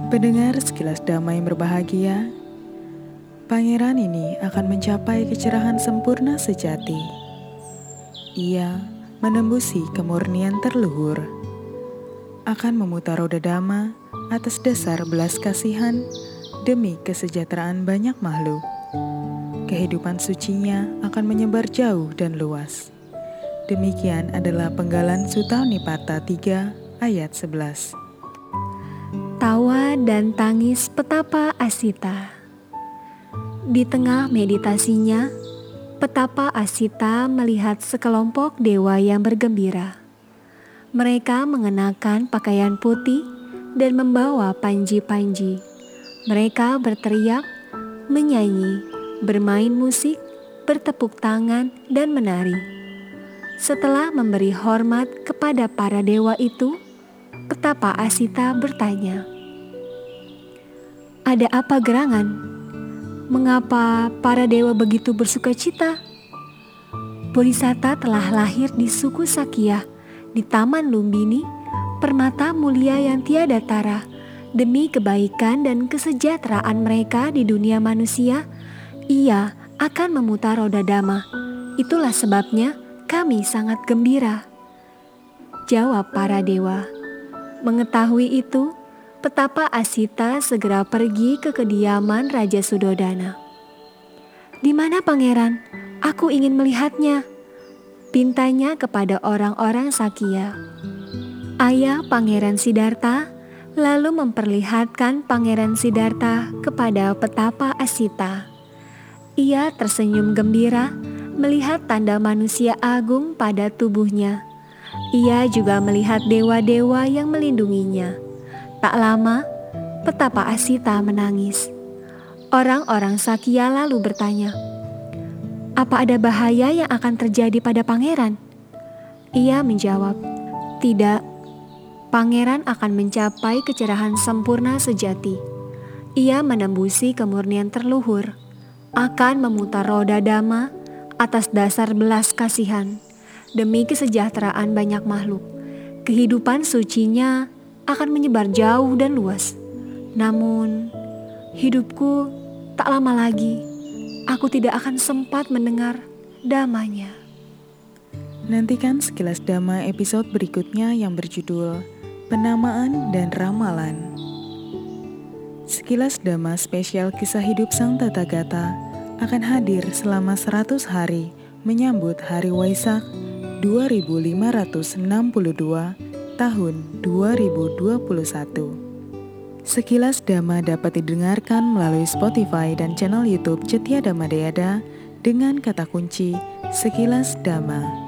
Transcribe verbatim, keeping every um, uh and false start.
Pendengar sekilas damai yang berbahagia, pangeran ini akan mencapai kecerahan sempurna sejati. Ia menembusi kemurnian terluhur, akan memutar roda dhamma atas dasar belas kasihan demi kesejahteraan banyak makhluk. Kehidupan sucinya akan menyebar jauh dan luas. Demikian adalah penggalan Sutta Nipata tiga ayat sebelas. Tawa dan tangis petapa Asita. Di tengah meditasinya, petapa Asita melihat sekelompok dewa yang bergembira. Mereka mengenakan pakaian putih dan membawa panji-panji. Mereka berteriak, menyanyi, bermain musik, bertepuk tangan, dan menari. Setelah memberi hormat kepada para dewa itu, petapa Asita bertanya, "Ada apa gerangan? Mengapa para dewa begitu bersukacita?" Bodhisatta telah lahir di suku Sakya, di Taman Lumbini, permata mulia yang tiada tara. Demi kebaikan dan kesejahteraan mereka di dunia manusia, ia akan memutar roda dhamma. Itulah sebabnya kami sangat gembira, jawab para dewa. Mengetahui itu, petapa Asita segera pergi ke kediaman Raja Sudodana. "Di mana pangeran? Aku ingin melihatnya," pintanya kepada orang-orang Sakya. Ayah Pangeran Siddhartha lalu memperlihatkan Pangeran Siddhartha kepada petapa Asita. Ia tersenyum gembira melihat tanda manusia agung pada tubuhnya. Ia juga melihat dewa-dewa yang melindunginya. Tak lama, petapa Asita menangis. Orang-orang Sakya lalu bertanya, "Apa ada bahaya yang akan terjadi pada pangeran?" Ia menjawab, "Tidak, pangeran akan mencapai kecerahan sempurna sejati. Ia menembusi kemurnian terluhur, akan memutar roda dhamma atas dasar belas kasihan demi kesejahteraan banyak makhluk. Kehidupan sucinya akan menyebar jauh dan luas. Namun, hidupku tak lama lagi. Aku tidak akan sempat mendengar dhammanya." Nantikan sekilas dhamma episode berikutnya yang berjudul Penamaan dan Ramalan. Sekilas dhamma spesial kisah hidup Sang Tathagata akan hadir selama seratus hari menyambut Hari Waisak dua ribu lima ratus enam puluh dua tahun dua ribu dua puluh satu. Sekilas dhamma dapat didengarkan melalui Spotify dan channel YouTube Cetya Dhamma Dayada dengan kata kunci Sekilas Dhamma.